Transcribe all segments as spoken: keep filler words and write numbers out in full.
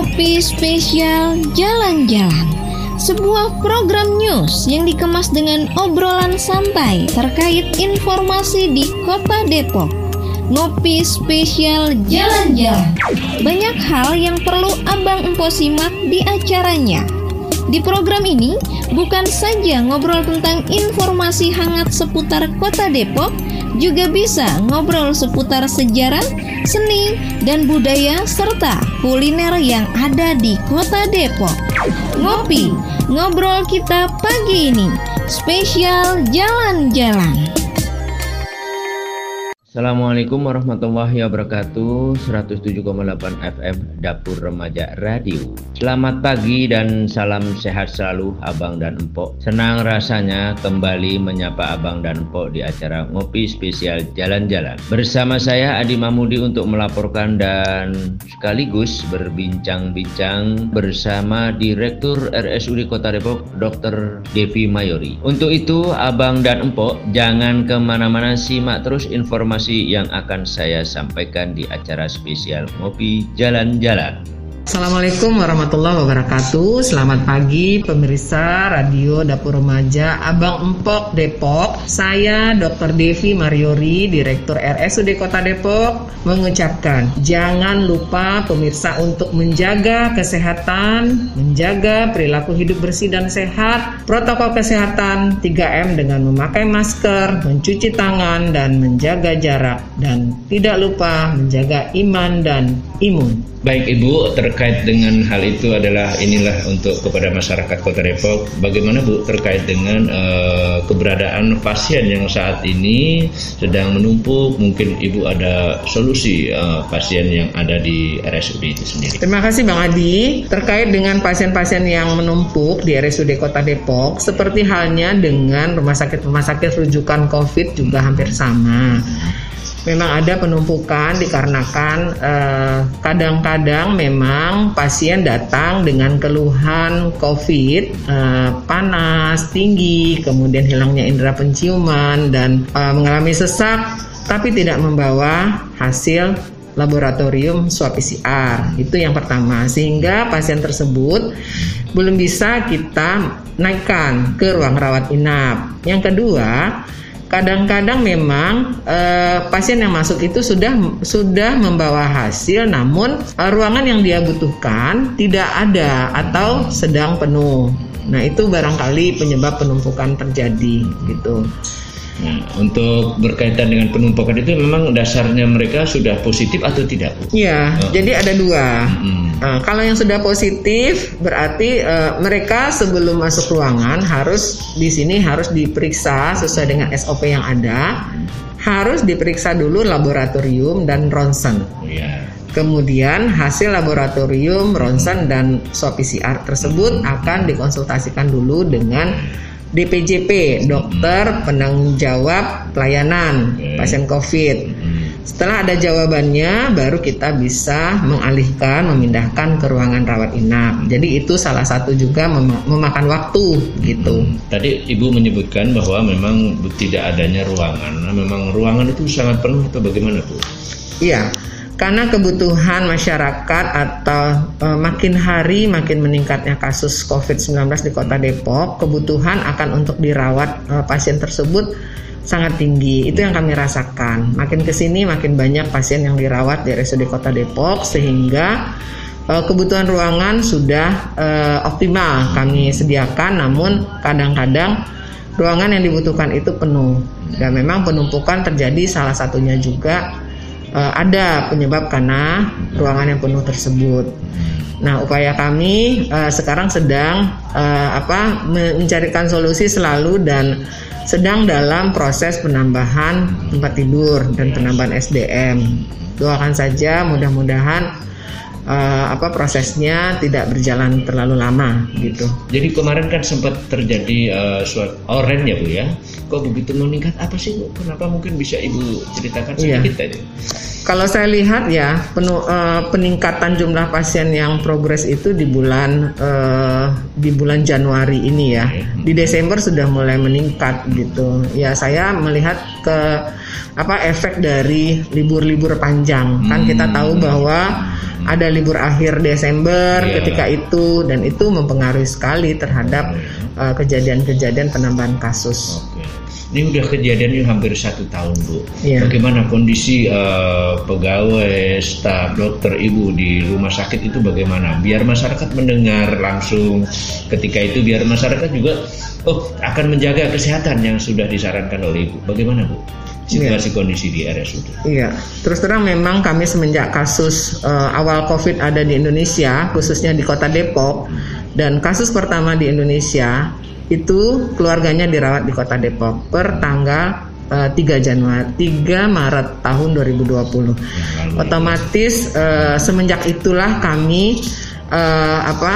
Ngopi Spesial Jalan-Jalan, sebuah program news yang dikemas dengan obrolan santai terkait informasi di Kota Depok. Ngopi Spesial Jalan-Jalan, banyak hal yang perlu Abang Empo simak di acaranya. Di program ini bukan saja ngobrol tentang informasi hangat seputar Kota Depok, juga bisa ngobrol seputar sejarah, seni, dan budaya serta kuliner yang ada di Kota Depok. Ngopi, ngobrol kita pagi ini, spesial jalan-jalan. Assalamualaikum warahmatullahi wabarakatuh. seratus tujuh koma delapan F M Dapur Remaja Radio. Selamat pagi dan salam sehat selalu Abang dan Empok. Senang rasanya kembali menyapa Abang dan Empok di acara Ngopi Spesial Jalan-Jalan. Bersama saya Adi Mahmudi untuk melaporkan dan sekaligus berbincang-bincang bersama Direktur R S U D Kota Depok, Dokter Devi Mayori. Untuk itu Abang dan Empok jangan kemana-mana, simak terus informasi yang akan saya sampaikan di acara spesial Ngopi Jalan-Jalan. Assalamualaikum warahmatullahi wabarakatuh. Selamat pagi pemirsa Radio Dapur Remaja Abang Empok Depok. Saya Dokter Devi Mayori, Direktur R S U D Kota Depok, mengucapkan jangan lupa pemirsa untuk menjaga kesehatan, menjaga perilaku hidup bersih dan sehat, protokol kesehatan tiga M dengan memakai masker, mencuci tangan, dan menjaga jarak, dan tidak lupa menjaga iman dan imun. Baik Ibu, terkait dengan hal itu adalah inilah untuk kepada masyarakat Kota Depok. Bagaimana Bu terkait dengan uh, keberadaan pasien yang saat ini sedang menumpuk? Mungkin Ibu ada solusi uh, pasien yang ada di R S U D itu sendiri. Terima kasih Bang Adi. Terkait dengan pasien-pasien yang menumpuk di R S U D Kota Depok, seperti halnya dengan rumah sakit-rumah sakit rujukan COVID juga hampir sama. Memang ada penumpukan dikarenakan eh, kadang-kadang memang pasien datang dengan keluhan COVID, eh, panas, tinggi, kemudian hilangnya indera penciuman dan eh, mengalami sesak, tapi tidak membawa hasil laboratorium swab P C R. Itu yang pertama, sehingga pasien tersebut belum bisa kita naikkan ke ruang rawat inap. Yang kedua, kadang-kadang memang eh, pasien yang masuk itu sudah sudah membawa hasil, namun eh, ruangan yang dia butuhkan tidak ada atau sedang penuh. Nah, itu barangkali penyebab penumpukan terjadi gitu. Nah, untuk berkaitan dengan penumpukan itu memang dasarnya mereka sudah positif atau tidak? Iya, oh. Jadi ada dua. Hmm. Nah, kalau yang sudah positif berarti uh, mereka sebelum masuk ruangan harus di sini harus diperiksa sesuai dengan S O P yang ada. Harus diperiksa dulu laboratorium dan ronsen. Yeah. Kemudian hasil laboratorium, ronsen dan swab P C R tersebut akan dikonsultasikan dulu dengan D P J P, dokter penanggung jawab pelayanan okay. pasien COVID. Setelah ada jawabannya, baru kita bisa mengalihkan, memindahkan ke ruangan rawat inap. Jadi itu salah satu juga mem- memakan waktu gitu. Tadi Ibu menyebutkan bahwa memang tidak adanya ruangan. Nah, memang ruangan itu sangat penuh atau bagaimana Bu? Iya. Karena kebutuhan masyarakat atau e, makin hari makin meningkatnya kasus covid sembilan belas di Kota Depok, kebutuhan akan untuk dirawat e, pasien tersebut sangat tinggi. Itu yang kami rasakan. Makin kesini makin banyak pasien yang dirawat di R S U D Kota Depok, sehingga e, kebutuhan ruangan sudah e, optimal kami sediakan, namun kadang-kadang ruangan yang dibutuhkan itu penuh. Dan memang penumpukan terjadi salah satunya juga Uh, ada penyebab karena ruangan yang penuh tersebut. Nah, upaya kami uh, sekarang sedang uh, apa mencarikan solusi selalu dan sedang dalam proses penambahan tempat tidur dan penambahan S D M. Doakan saja mudah-mudahan uh, apa prosesnya tidak berjalan terlalu lama gitu. Jadi kemarin kan sempat terjadi uh, suatu oren ya Bu ya. Kok begitu meningkat, apa sih Bu? Kenapa, mungkin bisa Ibu ceritakan sedikit aja? Iya. Kalau saya lihat ya penuh, uh, peningkatan jumlah pasien yang progres itu di bulan uh, di bulan Januari ini ya. Di Desember sudah mulai meningkat gitu. Ya, saya melihat ke apa efek dari libur-libur panjang. Kan kita tahu bahwa Hmm. Ada libur akhir Desember yeah. ketika itu, dan itu mempengaruhi sekali terhadap oh, uh, kejadian-kejadian penambahan kasus. Okay. Ini udah kejadiannya hampir satu tahun, Bu. Yeah. Bagaimana kondisi uh, pegawai, staf, dokter, ibu di rumah sakit itu bagaimana? Biar masyarakat mendengar langsung ketika itu, biar masyarakat juga oh akan menjaga kesehatan yang sudah disarankan oleh ibu. Bagaimana, Bu? Situasi yeah. kondisi di R S U D. Iya, terus terang memang kami semenjak kasus uh, awal COVID ada di Indonesia, khususnya di Kota Depok, dan kasus pertama di Indonesia itu keluarganya dirawat di Kota Depok per tanggal uh, tiga Maret tahun dua ribu dua puluh. Otomatis uh, semenjak itulah kami uh, apa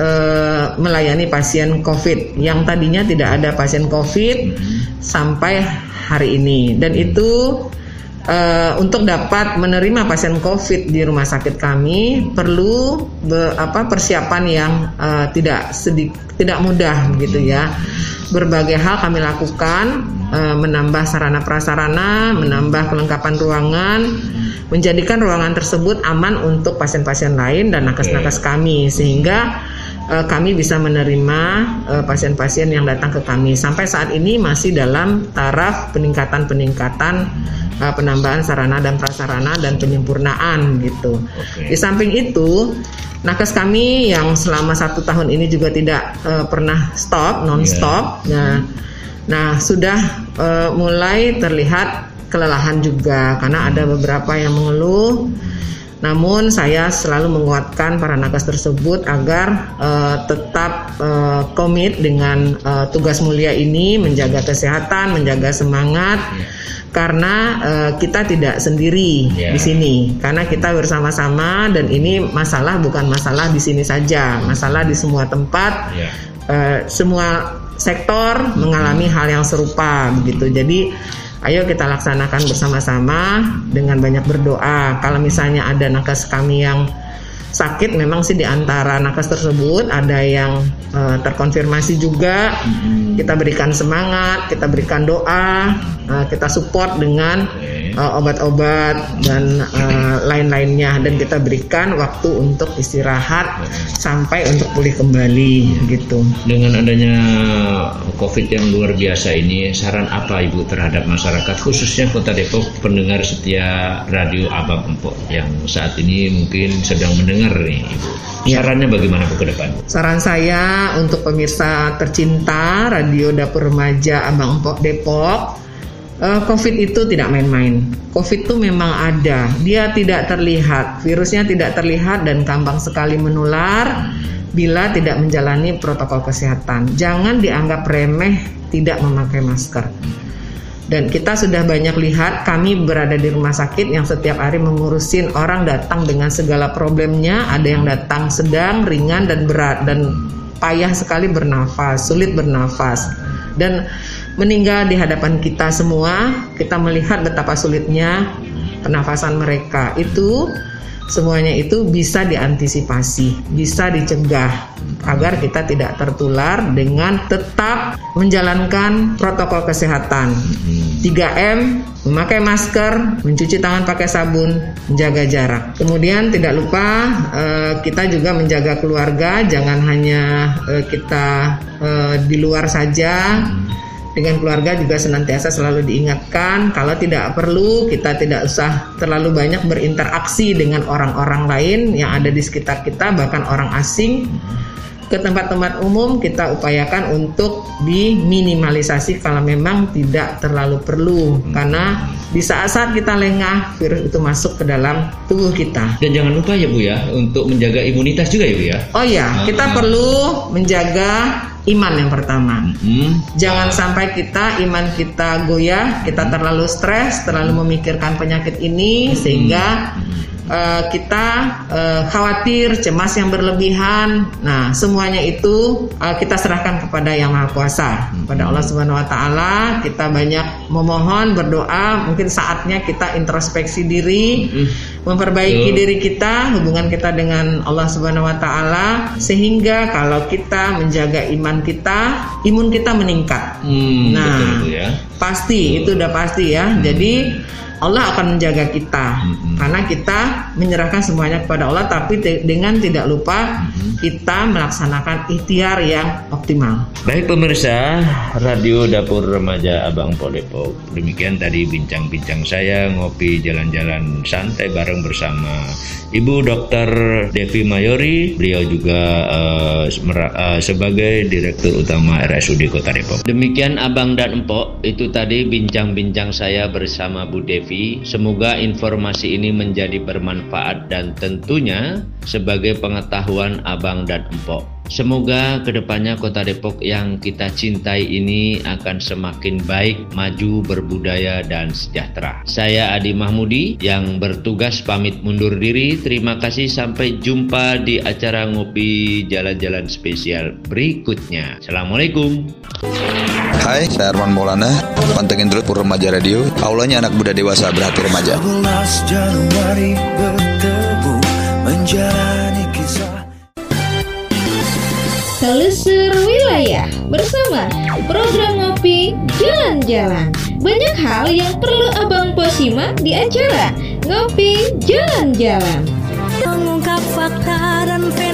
uh, melayani pasien COVID yang tadinya tidak ada pasien COVID mm-hmm. sampai hari ini, dan itu uh, untuk dapat menerima pasien COVID di rumah sakit kami perlu be, apa persiapan yang uh, tidak sedikit tidak mudah begitu ya. Berbagai hal kami lakukan, uh, menambah sarana prasarana, menambah kelengkapan ruangan, menjadikan ruangan tersebut aman untuk pasien-pasien lain dan nakes-nakes kami, sehingga uh, kami bisa menerima uh, pasien-pasien yang datang ke kami. Sampai saat ini masih dalam taraf peningkatan-peningkatan uh, penambahan sarana dan prasarana dan penyempurnaan gitu. Okay. Di samping itu, nakes kami yang selama satu tahun ini juga tidak uh, pernah stop, non-stop. Yeah. Nah, nah sudah uh, mulai terlihat kelelahan juga karena ada beberapa yang mengeluh. Namun saya selalu menguatkan para nakes tersebut agar uh, tetap uh, komit dengan uh, tugas mulia ini, menjaga kesehatan, menjaga semangat. Yeah. Karena uh, kita tidak sendiri yeah. di sini, karena kita bersama-sama, dan ini masalah bukan masalah di sini saja, masalah di semua tempat, yeah. uh, semua sektor mm-hmm. mengalami hal yang serupa begitu. Jadi ayo kita laksanakan bersama-sama dengan banyak berdoa. Kalau misalnya ada nakes kami yang sakit, memang sih di antara nakes tersebut ada yang uh, terkonfirmasi juga. Mm-hmm. Kita berikan semangat, kita berikan doa, uh, kita support dengan uh, obat-obat dan uh, lain-lainnya, dan kita berikan waktu untuk istirahat sampai untuk pulih kembali gitu. Dengan adanya COVID yang luar biasa ini, saran apa Ibu terhadap masyarakat, khususnya Kota Depok, pendengar setia radio Abang Empok yang saat ini mungkin sedang mendengar nih Ibu? Sarannya bagaimana ke depan? Saran saya untuk pemirsa tercinta Radio Dapur Remaja Abang Empok Depok, uh, COVID itu tidak main-main. COVID itu memang ada, dia tidak terlihat, virusnya tidak terlihat dan gampang sekali menular bila tidak menjalani protokol kesehatan. Jangan dianggap remeh tidak memakai masker. Dan kita sudah banyak lihat, kami berada di rumah sakit yang setiap hari mengurusin orang datang dengan segala problemnya. Ada yang datang sedang, ringan, dan berat, dan payah sekali bernafas, sulit bernafas, dan meninggal di hadapan kita semua. Kita melihat betapa sulitnya pernafasan mereka. Itu semuanya itu bisa diantisipasi, bisa dicegah agar kita tidak tertular dengan tetap menjalankan protokol kesehatan. tiga M, memakai masker, mencuci tangan pakai sabun, menjaga jarak. Kemudian tidak lupa eh, kita juga menjaga keluarga, jangan hanya eh, kita eh, di luar saja. Dengan keluarga juga senantiasa selalu diingatkan, kalau tidak perlu kita tidak usah terlalu banyak berinteraksi dengan orang-orang lain yang ada di sekitar kita, bahkan orang asing. Ke tempat-tempat umum kita upayakan untuk diminimalisasi kalau memang tidak terlalu perlu, karena di saat-saat kita lengah virus itu masuk ke dalam tubuh kita. Dan jangan lupa ya Bu ya, untuk menjaga imunitas juga ya Bu ya. Oh ya, kita ah. perlu menjaga iman yang pertama. Hmm. Jangan sampai kita iman kita goyah, kita terlalu stres, terlalu memikirkan penyakit ini sehingga uh, kita uh, khawatir, cemas yang berlebihan. Nah, semuanya itu uh, kita serahkan kepada Yang Maha Kuasa, kepada Allah Subhanahu wa taala. Kita banyak memohon, berdoa, mungkin saatnya kita introspeksi diri, memperbaiki diri kita, hubungan kita dengan Allah Subhanahu wa taala, sehingga kalau kita menjaga iman kita, imun kita meningkat. Hmm, nah, betul, ya. Pasti, betul. Itu udah pasti ya. Hmm. Jadi Allah akan menjaga kita. Mm-hmm. Karena kita menyerahkan semuanya kepada Allah, tapi te- dengan tidak lupa mm-hmm. kita melaksanakan ikhtiar yang optimal. Baik pemirsa Radio Dapur Remaja Abang Empok Depok, demikian tadi bincang-bincang saya ngopi jalan-jalan santai bareng bersama Ibu Dokter Devi Mayori. Beliau juga uh, semera- uh, sebagai Direktur Utama R S U D Kota Depok. Demikian Abang dan Empok, itu tadi bincang-bincang saya bersama Bu Devi. Semoga informasi ini menjadi bermanfaat dan tentunya sebagai pengetahuan Abang dan Empok. Semoga kedepannya Kota Depok yang kita cintai ini akan semakin baik, maju, berbudaya, dan sejahtera. Saya Adi Mahmudi yang bertugas pamit mundur diri. Terima kasih, sampai jumpa di acara ngopi jalan-jalan spesial berikutnya. Assalamualaikum. Hai, saya Arman Maulana. Pantengin terus Pur Remaja Radio. Aulanya anak muda dewasa berhati remaja. sebelas Januari bertemu menjalani kisah. Telusur Wilayah bersama program Ngopi Jalan-Jalan. Banyak hal yang perlu Abang Po simak di acara Ngopi Jalan-Jalan. Mengungkap fakta dan fenomena